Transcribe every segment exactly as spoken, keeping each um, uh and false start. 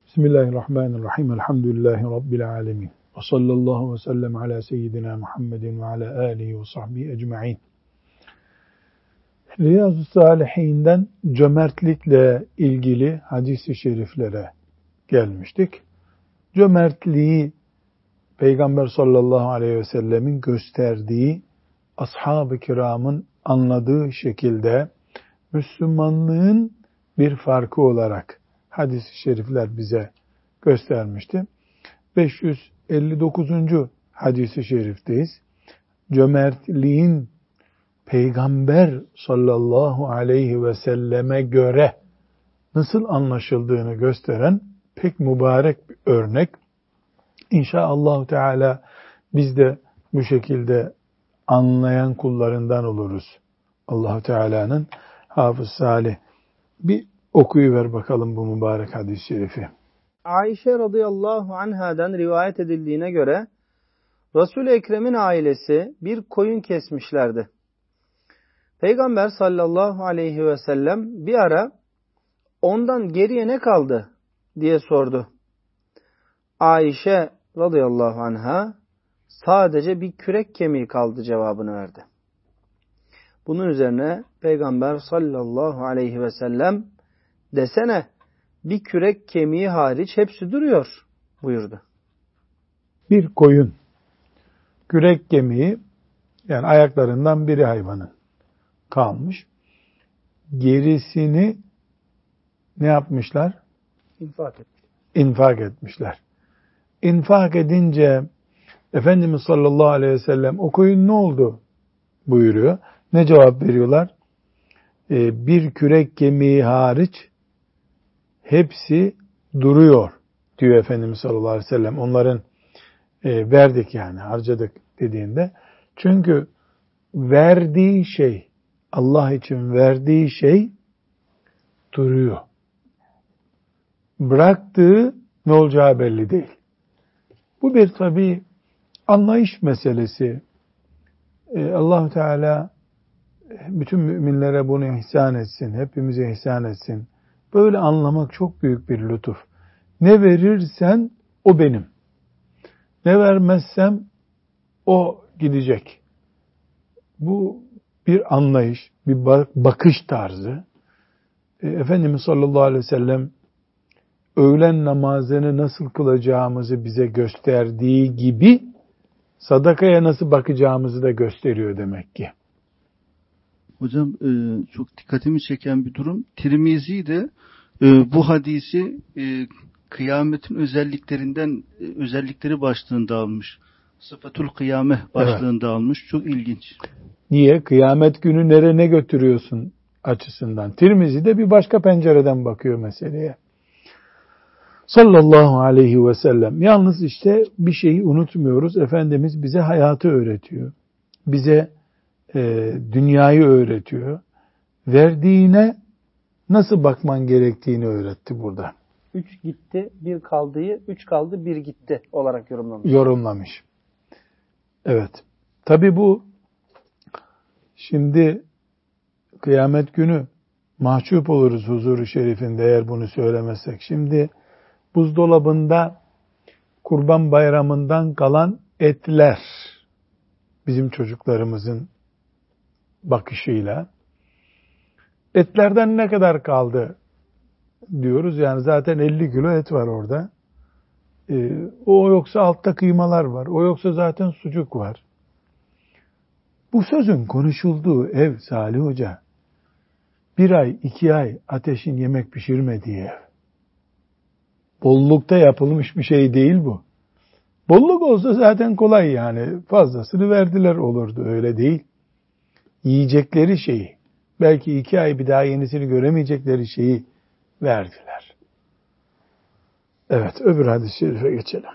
Bismillahirrahmanirrahim. Elhamdülillahi Rabbil alemin. Ve sallallahu ve sellem ala seyyidina Muhammedin ve ala alihi ve sahbihi ecma'in. Riyazu Salihinden cömertlikle ilgili hadis-i şeriflere gelmiştik. Cömertliği Peygamber sallallahu aleyhi ve sellemin gösterdiği, ashab-ı kiramın anladığı şekilde Müslümanlığın bir farkı olarak hadis-i şerifler bize göstermişti. beş yüz elli dokuzuncu hadis-i şerifteyiz. Cömertliğin Peygamber sallallahu aleyhi ve selleme göre nasıl anlaşıldığını gösteren pek mübarek bir örnek. İnşaallah Teala biz de bu şekilde anlayan kullarından oluruz. Allah Teala'nın Hafız Salih. Bir okuyuver bakalım bu mübarek hadis-i şerifi. Ayşe radıyallahu anhadan rivayet edildiğine göre Resul-i Ekrem'in ailesi bir koyun kesmişlerdi. Peygamber sallallahu aleyhi ve sellem bir ara ondan geriye ne kaldı diye sordu. Ayşe radıyallahu anha sadece bir kürek kemiği kaldı cevabını verdi. Bunun üzerine Peygamber sallallahu aleyhi ve sellem desene bir kürek kemiği hariç hepsi duruyor buyurdu. Bir koyun kürek kemiği yani ayaklarından biri hayvanın kalmış. Gerisini ne yapmışlar? İnfak etmişler. İnfak etmişler. İnfak edince Efendimiz sallallahu aleyhi ve sellem o koyun ne oldu buyuruyor. Ne cevap veriyorlar? Ee, bir kürek kemiği hariç hepsi duruyor diyor Efendimiz sallallahu aleyhi ve sellem. Onların e, verdik yani harcadık dediğinde. Çünkü verdiği şey, Allah için verdiği şey duruyor. Bıraktığı ne olacağı belli değil. Bu bir tabii anlayış meselesi. Ee, Allah Teala bütün müminlere bunu ihsan etsin, hepimize ihsan etsin. Böyle anlamak çok büyük bir lütuf. Ne verirsen o benim. Ne vermezsem o gidecek. Bu bir anlayış, bir bakış tarzı. Efendimiz sallallahu aleyhi ve sellem öğlen namazını nasıl kılacağımızı bize gösterdiği gibi sadakaya nasıl bakacağımızı da gösteriyor demek ki. Hocam çok dikkatimi çeken bir durum. Tirmizi de bu hadisi kıyametin özelliklerinden özellikleri başlığında almış. Sıfatul kıyame başlığında evet. almış. Çok ilginç. Niye? Kıyamet günü nereye götürüyorsun açısından. Tirmizi de bir başka pencereden bakıyor meseleye. Sallallahu aleyhi ve sellem. Yalnız işte bir şeyi unutmuyoruz. Efendimiz bize hayatı öğretiyor. Bize e, dünyayı öğretiyor. Verdiğine nasıl bakman gerektiğini öğretti burada. Üç gitti, bir kaldığı, üç kaldı, bir gitti olarak yorumlamış. Yorumlamış. Evet. Tabii bu şimdi kıyamet günü mahcup oluruz huzuru şerifinde eğer bunu söylemezsek. Şimdi buzdolabında Kurban Bayramı'ndan kalan etler bizim çocuklarımızın bakışıyla etlerden ne kadar kaldı diyoruz. Yani zaten elli kilo et var orada. Ee, o yoksa altta kıymalar var. O yoksa zaten sucuk var. Bu sözün konuşulduğu ev Salih Hoca bir ay, iki ay ateşin yemek pişirmediği ev. Bollukta yapılmış bir şey değil bu. Bolluk olsa zaten kolay yani. Fazlasını verdiler olurdu. Öyle değil. Yiyecekleri şeyi, belki iki ay bir daha yenisini göremeyecekleri şeyi verdiler. Evet, öbür hadis-i şerife geçelim.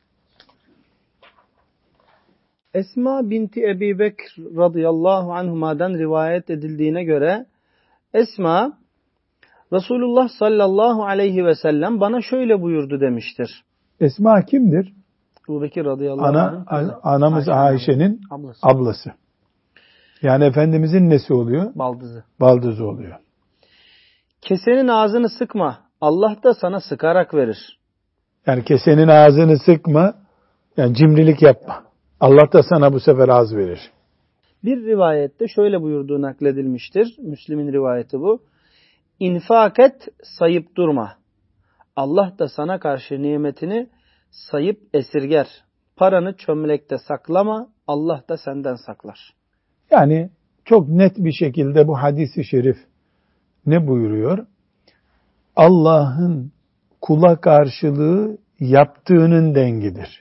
Esma binti Ebi Bekr radıyallahu anhuma'dan rivayet edildiğine göre Esma Resulullah sallallahu aleyhi ve sellem bana şöyle buyurdu demiştir. Esma kimdir? Ebu Bekir radıyallahu Ana, anh. Anamız Ayşe Ayşe'nin ablası. ablası. Yani Efendimizin nesi oluyor? Baldızı. Baldızı oluyor. Kesenin ağzını sıkma Allah da sana sıkarak verir. Yani kesenin ağzını sıkma, yani cimrilik yapma. Allah da sana bu sefer az verir. Bir rivayette şöyle buyurduğu nakledilmiştir. Müslim'in rivayeti bu. İnfak et, sayıp durma. Allah da sana karşı nimetini sayıp esirger. Paranı çömlekte saklama, Allah da senden saklar. Yani çok net bir şekilde bu hadis-i şerif ne buyuruyor? Allah'ın kula karşılığı yaptığının dengidir.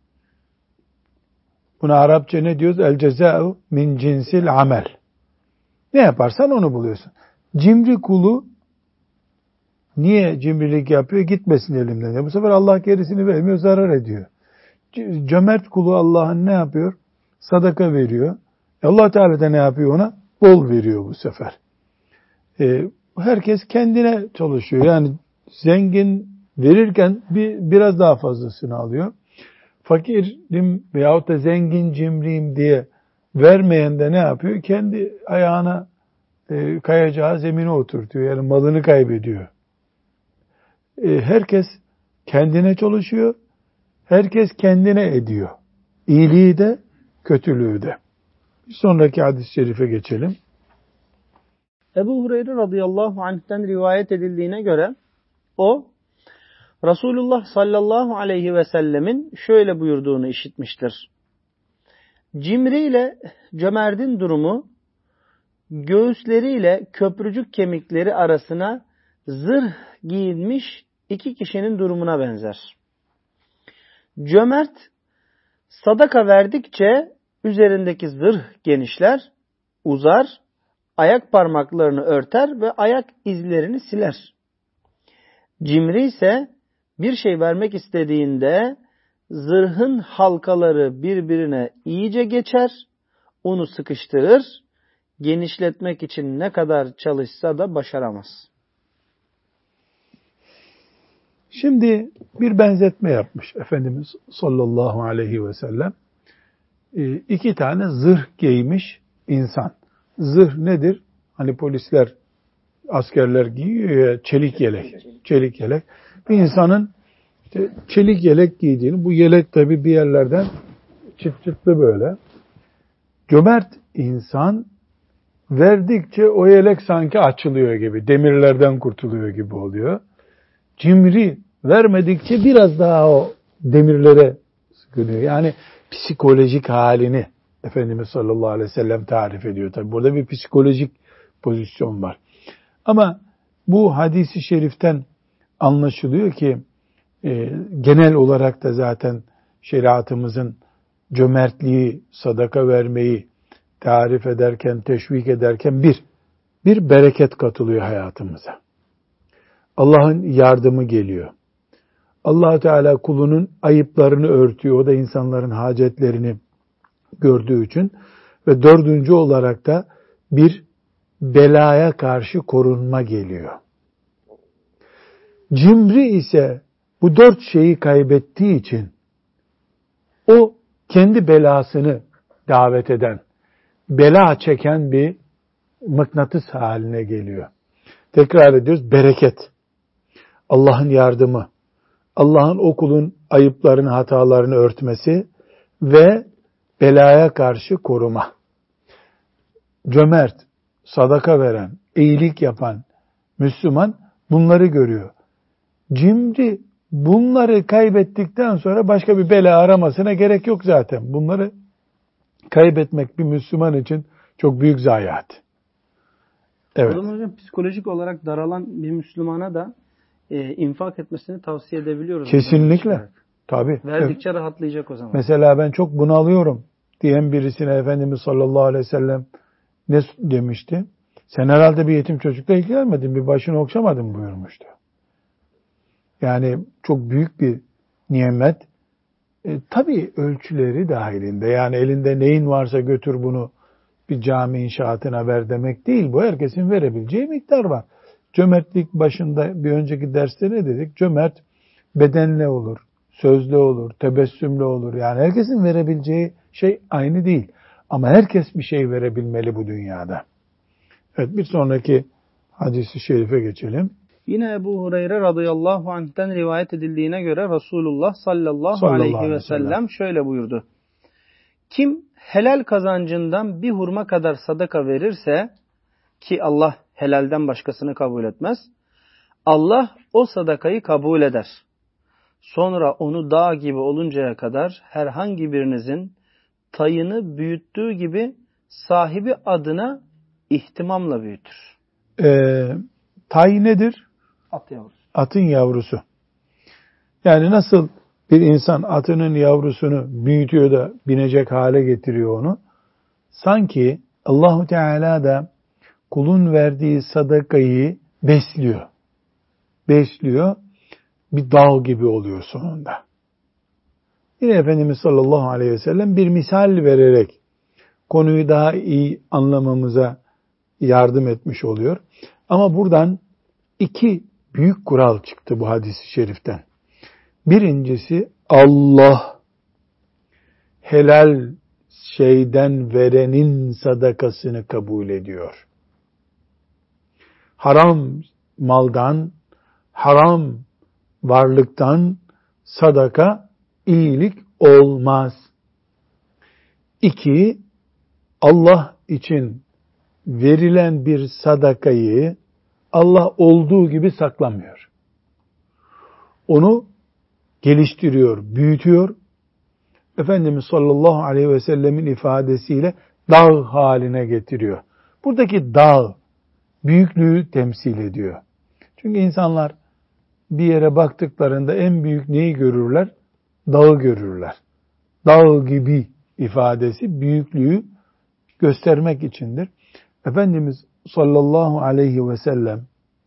Buna Arapça ne diyoruz? El cezâ'u min cinsil amel. Ne yaparsan onu buluyorsun. Cimri kulu niye cimrilik yapıyor? Gitmesin elimden. Ya bu sefer Allah gerisini vermiyor, zarar ediyor. Cömert kulu Allah'ın ne yapıyor? Sadaka veriyor. Allah Teala da ne yapıyor ona? Bol veriyor bu sefer. Ee, herkes kendine çalışıyor. Yani zengin verirken bir biraz daha fazlasını alıyor. Fakirim veyahut da zengin cimriyim diye vermeyen de ne yapıyor? Kendi ayağına e, kayacağı zemine oturtuyor. Yani malını kaybediyor. E, herkes kendine çalışıyor. Herkes kendine ediyor. İyiliği de, kötülüğü de. Bir sonraki hadis-i şerife geçelim. Ebu Hureyre radıyallahu anh'ten rivayet edildiğine göre o Resulullah sallallahu aleyhi ve sellemin şöyle buyurduğunu işitmiştir. Cimri ile cömertin durumu göğüsleriyle köprücük kemikleri arasına zırh giyinmiş iki kişinin durumuna benzer. Cömert sadaka verdikçe üzerindeki zırh genişler, uzar, ayak parmaklarını örter ve ayak izlerini siler. Cimri ise bir şey vermek istediğinde zırhın halkaları birbirine iyice geçer, onu sıkıştırır, genişletmek için ne kadar çalışsa da başaramaz. Şimdi bir benzetme yapmış Efendimiz sallallahu aleyhi ve sellem. Ee, iki tane zırh giymiş insan. Zırh nedir? Hani polisler, askerler giyiyor ya, çelik yelek. Çelik yelek. Bir insanın işte çelik yelek giydiğini, bu yelek tabii bir yerlerden çıt çıtlı böyle. Cömert insan verdikçe o yelek sanki açılıyor gibi, demirlerden kurtuluyor gibi oluyor. Cimri vermedikçe biraz daha o demirlere sıkılıyor. Yani psikolojik halini Efendimiz sallallahu aleyhi ve sellem tarif ediyor. Tabi burada bir psikolojik pozisyon var. Ama bu hadisi şeriften anlaşılıyor ki e, genel olarak da zaten şeriatımızın cömertliği, sadaka vermeyi tarif ederken, teşvik ederken bir, bir bereket katılıyor hayatımıza. Allah'ın yardımı geliyor. Allah Teala kulunun ayıplarını örtüyor. O da insanların hacetlerini gördüğü için. Ve dördüncü olarak da bir belaya karşı korunma geliyor. Cimri ise bu dört şeyi kaybettiği için o kendi belasını davet eden, bela çeken bir mıknatıs haline geliyor. Tekrar ediyoruz, bereket, Allah'ın yardımı, Allah'ın o kulun ayıplarını, hatalarını örtmesi ve belaya karşı koruma. Cömert, sadaka veren, iyilik yapan Müslüman bunları görüyor. Cimri bunları kaybettikten sonra başka bir bela aramasına gerek yok zaten. Bunları kaybetmek bir Müslüman için çok büyük zayiat. Evet. O zaman hocam psikolojik olarak daralan bir Müslümana da e, infak etmesini tavsiye edebiliyoruz. Kesinlikle. Tabii. Verdikçe evet. Rahatlayacak o zaman. Mesela ben çok bunalıyorum diyen birisine Efendimiz sallallahu aleyhi ve sellem ne demişti? Sen herhalde bir yetim çocukla ilgilenmedin, bir başını okşamadın buyurmuştu. Yani çok büyük bir nimet. E, tabii ölçüleri dahilinde. Yani elinde neyin varsa götür bunu bir cami inşaatına ver demek değil. Bu herkesin verebileceği miktar var. Cömertlik başında bir önceki derste ne dedik? Cömert bedenle olur, sözle olur, tebessümle olur. Yani herkesin verebileceği şey aynı değil. Ama herkes bir şey verebilmeli bu dünyada. Evet, bir sonraki hadis-i şerife geçelim. Yine Ebu Hureyre radıyallahu anh'ten rivayet edildiğine göre Resulullah sallallahu, sallallahu aleyhi ve sellem şöyle buyurdu. Kim helal kazancından bir hurma kadar sadaka verirse, ki Allah helalden başkasını kabul etmez, Allah o sadakayı kabul eder. Sonra onu dağ gibi oluncaya kadar herhangi birinizin tayını büyüttüğü gibi sahibi adına ihtimamla büyütür. Ee, tay nedir? At yavrusu. Atın yavrusu. Yani nasıl bir insan atının yavrusunu büyütüyor da binecek hale getiriyor onu. Sanki Allahu Teala da kulun verdiği sadakayı besliyor. Besliyor. Bir dağ gibi oluyor sonunda. Yine Efendimiz sallallahu aleyhi ve sellem bir misal vererek konuyu daha iyi anlamamıza yardım etmiş oluyor. Ama buradan iki büyük kural çıktı bu hadis-i şeriften. Birincisi, Allah helal şeyden verenin sadakasını kabul ediyor. Haram maldan, haram varlıktan sadaka, iyilik olmaz. İki, Allah için verilen bir sadakayı Allah olduğu gibi saklamıyor. Onu geliştiriyor, büyütüyor. Efendimiz sallallahu aleyhi ve sellemin ifadesiyle dağ haline getiriyor. Buradaki dağ büyüklüğü temsil ediyor. Çünkü insanlar bir yere baktıklarında en büyük neyi görürler? Dağı görürler. Dağ gibi ifadesi büyüklüğü göstermek içindir. Efendimiz sallallahu aleyhi ve sellem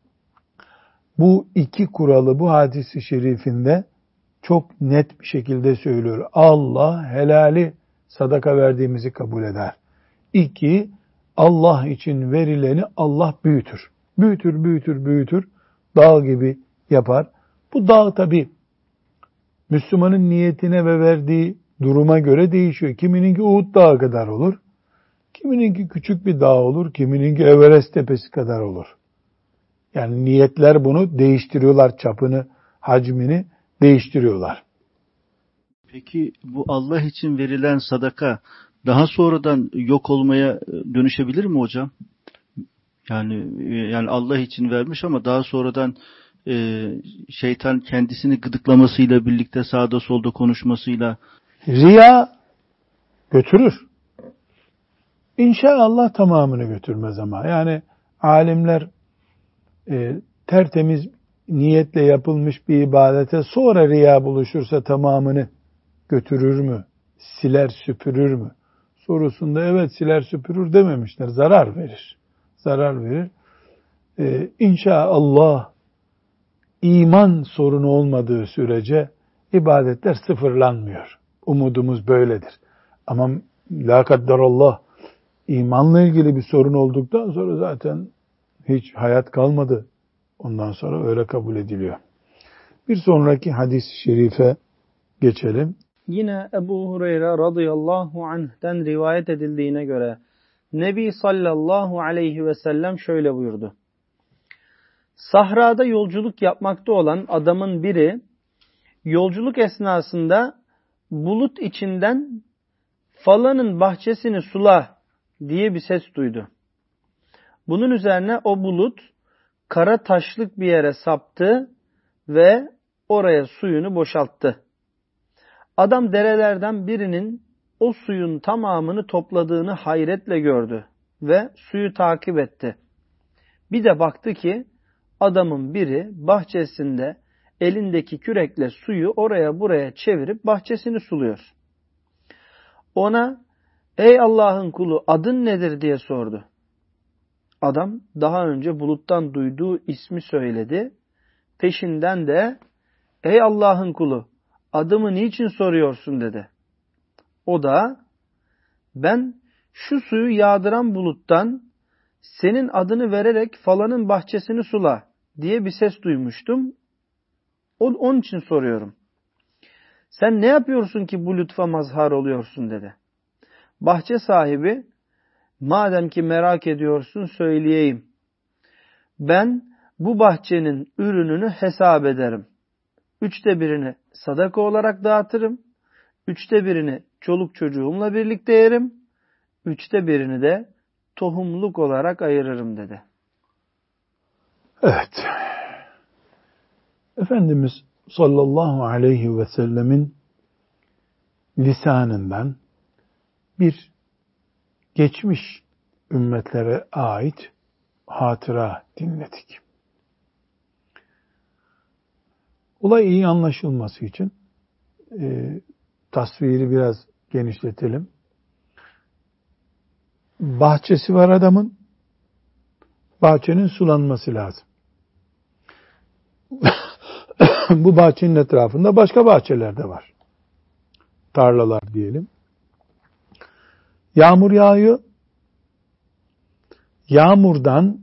bu iki kuralı bu hadis-i şerifinde çok net bir şekilde söylüyor. Allah helali sadaka verdiğimizi kabul eder. İki, Allah için verileni Allah büyütür. Büyütür, büyütür, büyütür. Dağ gibi yapar. Bu dağ tabi Müslümanın niyetine ve verdiği duruma göre değişiyor. Kimininki Uhud dağı kadar olur. Kimininki küçük bir dağ olur. Kimininki Everest tepesi kadar olur. Yani niyetler bunu değiştiriyorlar. Çapını, hacmini değiştiriyorlar. Peki bu Allah için verilen sadaka daha sonradan yok olmaya dönüşebilir mi hocam? Yani yani Allah için vermiş ama daha sonradan e, şeytan kendisini gıdıklamasıyla birlikte sağda solda konuşmasıyla riya götürür. İnşallah tamamını götürmez ama. Yani alimler e, tertemiz niyetle yapılmış bir ibadete sonra riya buluşursa tamamını götürür mü? Siler süpürür mü? Sorusunda evet siler süpürür dememişler. Zarar verir. Zarar verir. Ee, İnşallah iman sorunu olmadığı sürece ibadetler sıfırlanmıyor. Umudumuz böyledir. Ama la kadderallah imanla ilgili bir sorun olduktan sonra zaten hiç hayat kalmadı. Ondan sonra öyle kabul ediliyor. Bir sonraki hadis-i şerife geçelim. Yine Ebu Hureyre radıyallahu anh'ten rivayet edildiğine göre Nebi sallallahu aleyhi ve sellem şöyle buyurdu. Sahrada yolculuk yapmakta olan adamın biri yolculuk esnasında bulut içinden falanın bahçesini sula diye bir ses duydu. Bunun üzerine o bulut kara taşlık bir yere saptı ve oraya suyunu boşalttı. Adam derelerden birinin o suyun tamamını topladığını hayretle gördü ve suyu takip etti. Bir de baktı ki adamın biri bahçesinde elindeki kürekle suyu oraya buraya çevirip bahçesini suluyor. Ona ey Allah'ın kulu adın nedir diye sordu. Adam daha önce buluttan duyduğu ismi söyledi. Peşinden de ey Allah'ın kulu adımı niçin soruyorsun dedi. O da ben şu suyu yağdıran buluttan senin adını vererek falanın bahçesini sula diye bir ses duymuştum. Onun için soruyorum. Sen ne yapıyorsun ki bu lütfa mazhar oluyorsun dedi. Bahçe sahibi madem ki merak ediyorsun söyleyeyim. Ben bu bahçenin ürününü hesap ederim. Üçte birini sadaka olarak dağıtırım. Üçte birini çoluk çocuğumla birlikte yerim. Üçte birini de tohumluk olarak ayırırım dedi. Evet. Efendimiz sallallahu aleyhi ve sellemin lisanından bir geçmiş ümmetlere ait hatıra dinledik. Olay iyi anlaşılması için e, tasviri biraz genişletelim. Bahçesi var adamın, bahçenin sulanması lazım. Bu bahçenin etrafında başka bahçeler de var. Tarlalar diyelim. Yağmur yağıyor. Yağmurdan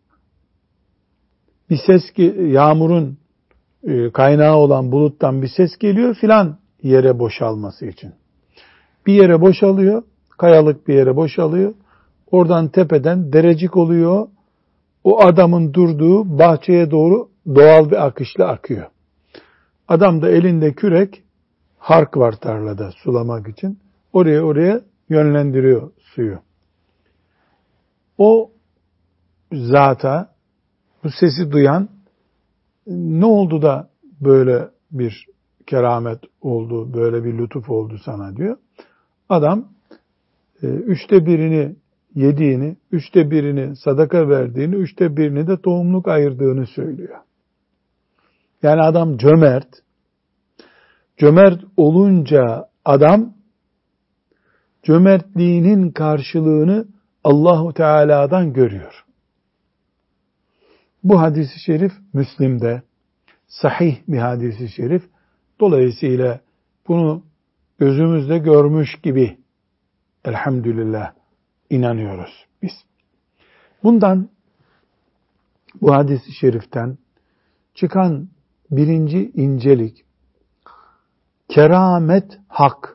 bir ses, yağmurun kaynağı olan buluttan bir ses geliyor filan yere boşalması için. Bir yere boşalıyor, kayalık bir yere boşalıyor. Oradan tepeden derecik oluyor. O adamın durduğu bahçeye doğru doğal bir akışla akıyor. Adam da elinde kürek, hark var tarlada sulamak için. Oraya oraya yönlendiriyor suyu. O zata, bu sesi duyan, ne oldu da böyle bir keramet oldu, böyle bir lütuf oldu sana diyor. Adam e, üçte birini yediğini, üçte birini sadaka verdiğini, üçte birini de tohumluk ayırdığını söylüyor. Yani adam cömert. Cömert olunca adam cömertliğinin karşılığını Allahu Teala'dan görüyor. Bu hadis-i şerif Müslim'de sahih bir hadis-i şerif. Dolayısıyla bunu gözümüzde görmüş gibi elhamdülillah inanıyoruz biz. Bundan, bu hadis-i şeriften çıkan birinci incelik, keramet hak.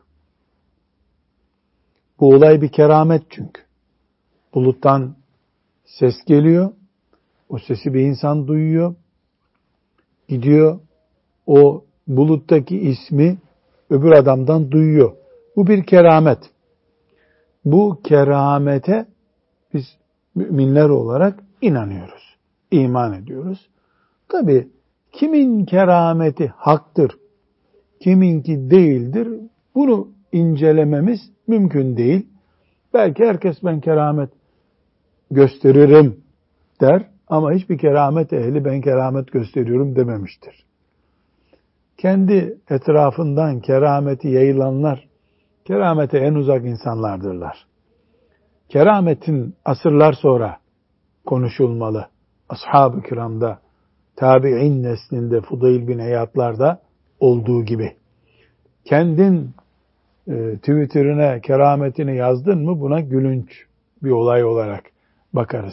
Bu olay bir keramet çünkü. Buluttan ses geliyor. O sesi bir insan duyuyor. Gidiyor. O buluttaki ismi öbür adamdan duyuyor. Bu bir keramet. Bu keramete biz müminler olarak inanıyoruz. İman ediyoruz. Tabii kimin kerameti haktır, kiminki değildir, bunu incelememiz mümkün değil. Belki herkes ben keramet gösteririm der ama hiçbir keramet ehli ben keramet gösteriyorum dememiştir. Kendi etrafından kerameti yayılanlar keramete en uzak insanlardırlar. Kerametin asırlar sonra konuşulmalı. Ashab-ı kiramda, tabi'in neslinde, Fudayl bin Eyad'larda olduğu gibi. Kendin e, Twitter'ine kerametini yazdın mı buna gülünç bir olay olarak bakarız.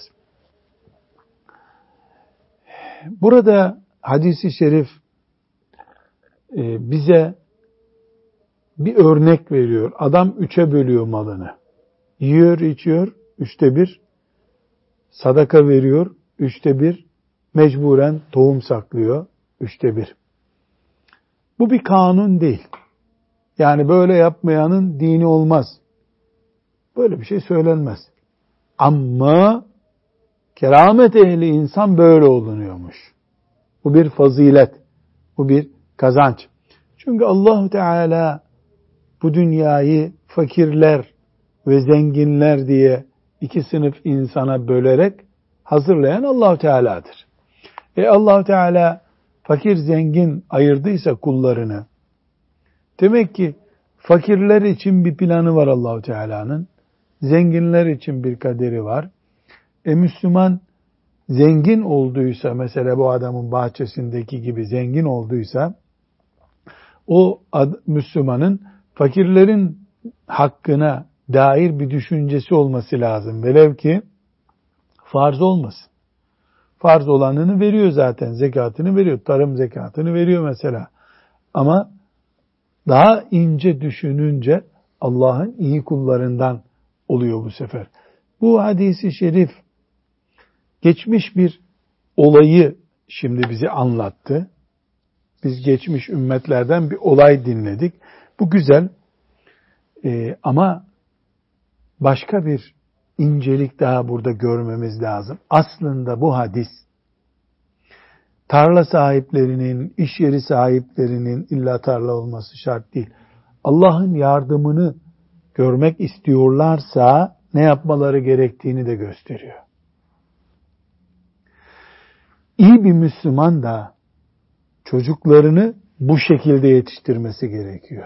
Burada hadis-i şerif e, bize bir örnek veriyor. Adam üçe bölüyor malını. Yiyor, içiyor, üçte bir. Sadaka veriyor, üçte bir. Mecburen tohum saklıyor, üçte bir. Bu bir kanun değil. Yani böyle yapmayanın dini olmaz. Böyle bir şey söylenmez. Ama keramet ehli insan böyle olunuyormuş. Bu bir fazilet. Bu bir kazanç. Çünkü Allah Teala bu dünyayı fakirler ve zenginler diye iki sınıf insana bölerek hazırlayan Allah Teala'dır. E Allah Teala fakir zengin ayırdıysa kullarını, demek ki fakirler için bir planı var Allah Teala'nın, zenginler için bir kaderi var. E Müslüman zengin olduysa, mesela bu adamın bahçesindeki gibi zengin olduysa, o ad, Müslümanın fakirlerin hakkına dair bir düşüncesi olması lazım. Velev ki farz olmasın. Farz olanını veriyor zaten, zekatını veriyor, tarım zekatını veriyor mesela. Ama daha ince düşününce Allah'ın iyi kullarından oluyor bu sefer. Bu hadis-i şerif geçmiş bir olayı şimdi bizi anlattı. Biz geçmiş ümmetlerden bir olay dinledik. Bu güzel. Ee, ama başka bir incelik daha burada görmemiz lazım. Aslında bu hadis, tarla sahiplerinin, iş yeri sahiplerinin illa tarla olması şart değil. Allah'ın yardımını görmek istiyorlarsa ne yapmaları gerektiğini de gösteriyor. İyi bir Müslüman da çocuklarını bu şekilde yetiştirmesi gerekiyor.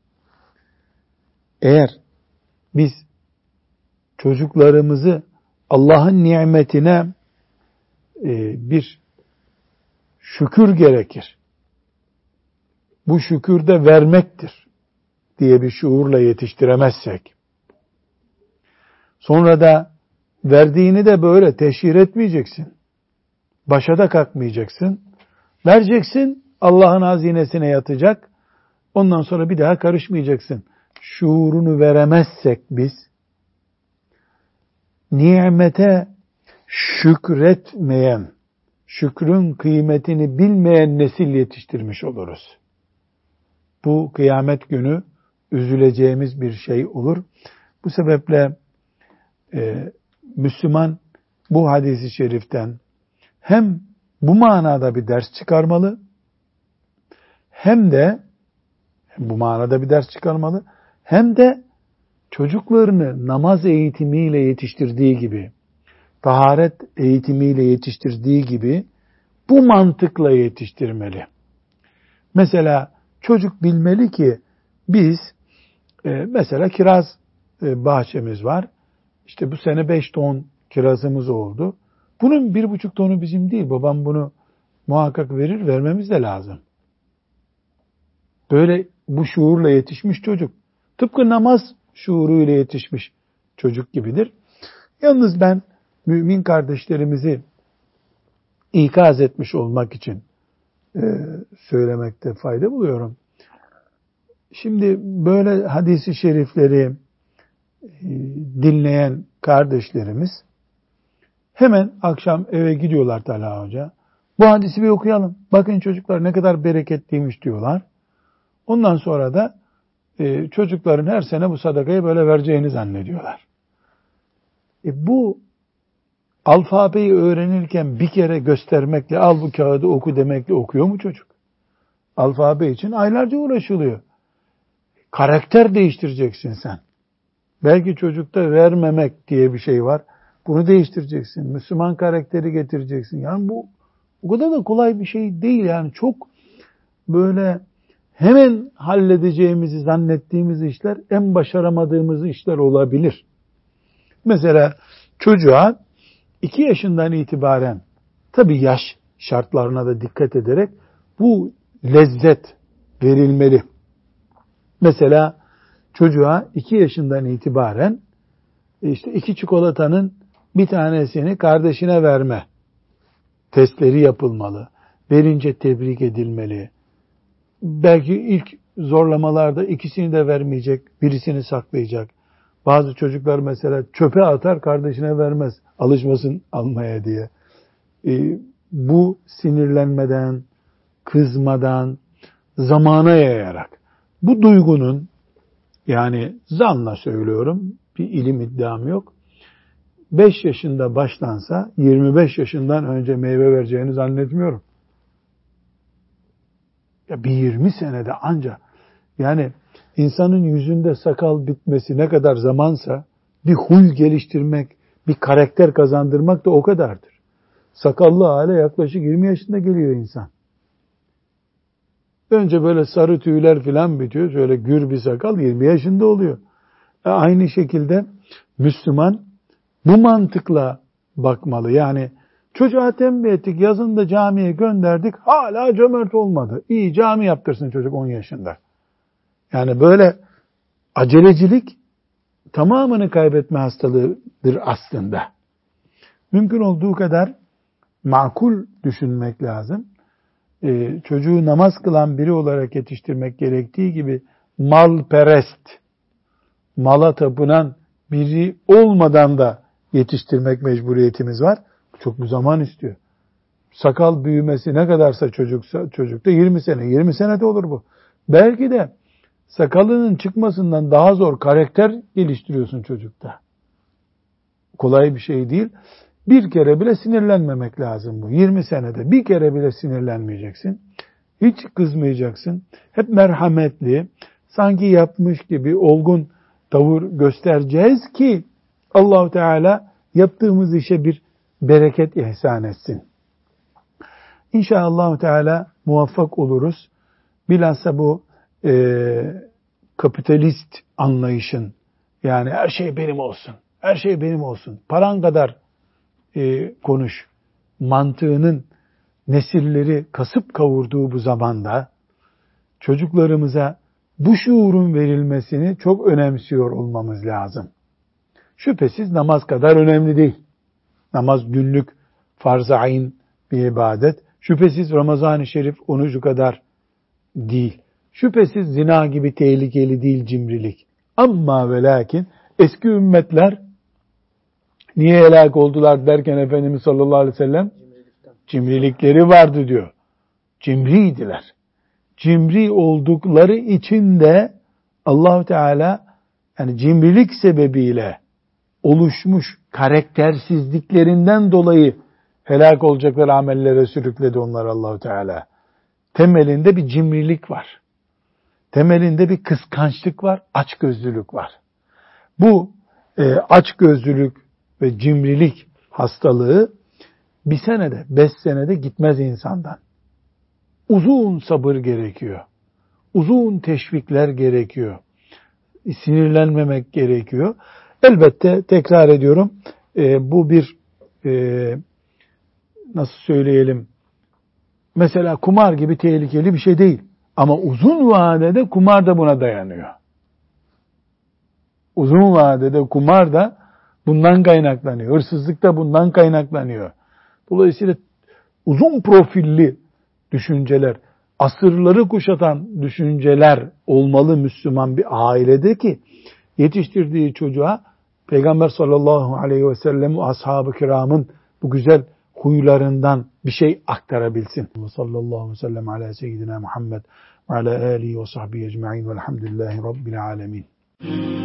Eğer biz çocuklarımızı Allah'ın nimetine e, bir şükür gerekir, bu şükür de vermektir diye bir şuurla yetiştiremezsek, sonra da verdiğini de böyle teşhir etmeyeceksin, başa da kalkmayacaksın, vereceksin, Allah'ın hazinesine yatacak, ondan sonra bir daha karışmayacaksın. Şuurunu veremezsek biz, nimete şükretmeyen, şükrün kıymetini bilmeyen nesil yetiştirmiş oluruz. Bu kıyamet günü üzüleceğimiz bir şey olur. Bu sebeple e, Müslüman bu hadis-i şeriften hem bu manada bir ders çıkarmalı, hem de bu manada bir ders çıkarmalı, hem de çocuklarını namaz eğitimiyle yetiştirdiği gibi, taharet eğitimiyle yetiştirdiği gibi bu mantıkla yetiştirmeli. Mesela çocuk bilmeli ki biz e, mesela kiraz e, bahçemiz var. İşte bu sene beş ton kirazımız oldu. Bunun bir buçuk tonu bizim değil. Babam bunu muhakkak verir, vermemiz de lazım. Böyle bu şuurla yetişmiş çocuk, tıpkı namaz şuuruyla yetişmiş çocuk gibidir. Yalnız ben mümin kardeşlerimizi ikaz etmiş olmak için e, söylemekte fayda buluyorum. Şimdi böyle hadis-i şerifleri e, dinleyen kardeşlerimiz hemen akşam eve gidiyorlar Talha Hoca. Bu hadisi bir okuyalım. Bakın çocuklar ne kadar bereketliymiş diyorlar. Ondan sonra da e, çocukların her sene bu sadakayı böyle vereceğini zannediyorlar. E, bu alfabeyi öğrenirken bir kere göstermekle, al bu kağıdı oku demekle okuyor mu çocuk? Alfabe için aylarca uğraşılıyor. Karakter değiştireceksin sen. Belki çocukta vermemek diye bir şey var. Bunu değiştireceksin. Müslüman karakteri getireceksin. Yani bu o kadar da kolay bir şey değil. Yani çok böyle hemen halledeceğimizi zannettiğimiz işler en başaramadığımız işler olabilir. Mesela çocuğa iki yaşından itibaren, tabii yaş şartlarına da dikkat ederek bu lezzet verilmeli. Mesela çocuğa iki yaşından itibaren işte iki çikolatanın bir tanesini kardeşine verme testleri yapılmalı. Verince tebrik edilmeli. Belki ilk zorlamalarda ikisini de vermeyecek, birisini saklayacak. Bazı çocuklar mesela çöpe atar, kardeşine vermez, alışmasın almaya diye. Ee, bu sinirlenmeden, kızmadan, zamana yayarak, bu duygunun, yani zanla söylüyorum, bir ilim iddiam yok, beş yaşında başlansa yirmi beş yaşından önce meyve vereceğini zannetmiyorum. Ya bir yirmi senede anca, yani insanın yüzünde sakal bitmesi ne kadar zamansa bir huy geliştirmek, bir karakter kazandırmak da o kadardır. Sakallı hale yaklaşık yirmi yaşında geliyor insan. Önce böyle sarı tüyler filan bitiyor. Şöyle gür bir sakal yirmi yaşında oluyor. E aynı şekilde Müslüman bu mantıkla bakmalı. Yani çocuğa tembih ettik, yazın da camiye gönderdik, hala cömert olmadı. İyi, cami yaptırsın çocuk on yaşında. Yani böyle acelecilik tamamını kaybetme hastalığıdır aslında. Mümkün olduğu kadar makul düşünmek lazım. Ee, çocuğu namaz kılan biri olarak yetiştirmek gerektiği gibi malperest, mala tapınan biri olmadan da yetiştirmek mecburiyetimiz var. Çok bir zaman istiyor. sakal büyümesi ne kadarsa çocuksa, çocukta yirmi sene, yirmi senede olur bu. Belki de sakalının çıkmasından daha zor karakter geliştiriyorsun çocukta. Kolay bir şey değil. Bir kere bile sinirlenmemek lazım bu. yirmi senede bir kere bile sinirlenmeyeceksin. Hiç kızmayacaksın. Hep merhametli, sanki yapmış gibi olgun tavır göstereceğiz ki Allah-u Teala yaptığımız işe bir bereket ihsan etsin. İnşallah Teala muvaffak oluruz. Bilhassa bu e, kapitalist anlayışın, yani her şey benim olsun, her şey benim olsun, paran kadar e, konuş mantığının nesilleri kasıp kavurduğu bu zamanda çocuklarımıza bu şuurun verilmesini çok önemsiyor olmamız lazım. Şüphesiz namaz kadar önemli değil. Namaz günlük farz-ı ayn bir ibadet. Şüphesiz Ramazan-ı Şerif onucu kadar değil. Şüphesiz zina gibi tehlikeli değil cimrilik. Ama ve lakin eski ümmetler niye helak oldular derken Efendimiz sallallahu aleyhi ve sellem cimrilikleri vardı diyor. Cimriydiler. Cimri oldukları için de Allah-u Teala yani cimrilik sebebiyle oluşmuş karaktersizliklerinden dolayı helak olacakları amellere sürükledi onları Allah-u Teala. Temelinde bir cimrilik var. Temelinde bir kıskançlık var, açgözlülük var. Bu e, açgözlülük ve cimrilik hastalığı bir senede, beş senede gitmez insandan. Uzun sabır gerekiyor. Uzun teşvikler gerekiyor. Sinirlenmemek gerekiyor. Elbette tekrar ediyorum, e, bu bir e, nasıl söyleyelim, mesela kumar gibi tehlikeli bir şey değil. Ama uzun vadede kumar da buna dayanıyor. Uzun vadede kumar da bundan kaynaklanıyor. Hırsızlık da bundan kaynaklanıyor. Dolayısıyla uzun profilli düşünceler, asırları kuşatan düşünceler olmalı Müslüman bir ailede ki yetiştirdiği çocuğa Peygamber sallallahu aleyhi ve sellem ashab-ı kiramın bu güzel huylarından bir şey aktarabilsin. Sallallahu aleyhi ve sellem ala seyyidina Muhammed ve ala alihi ve sahbihi ecma'in velhamdülillahi rabbil alemin.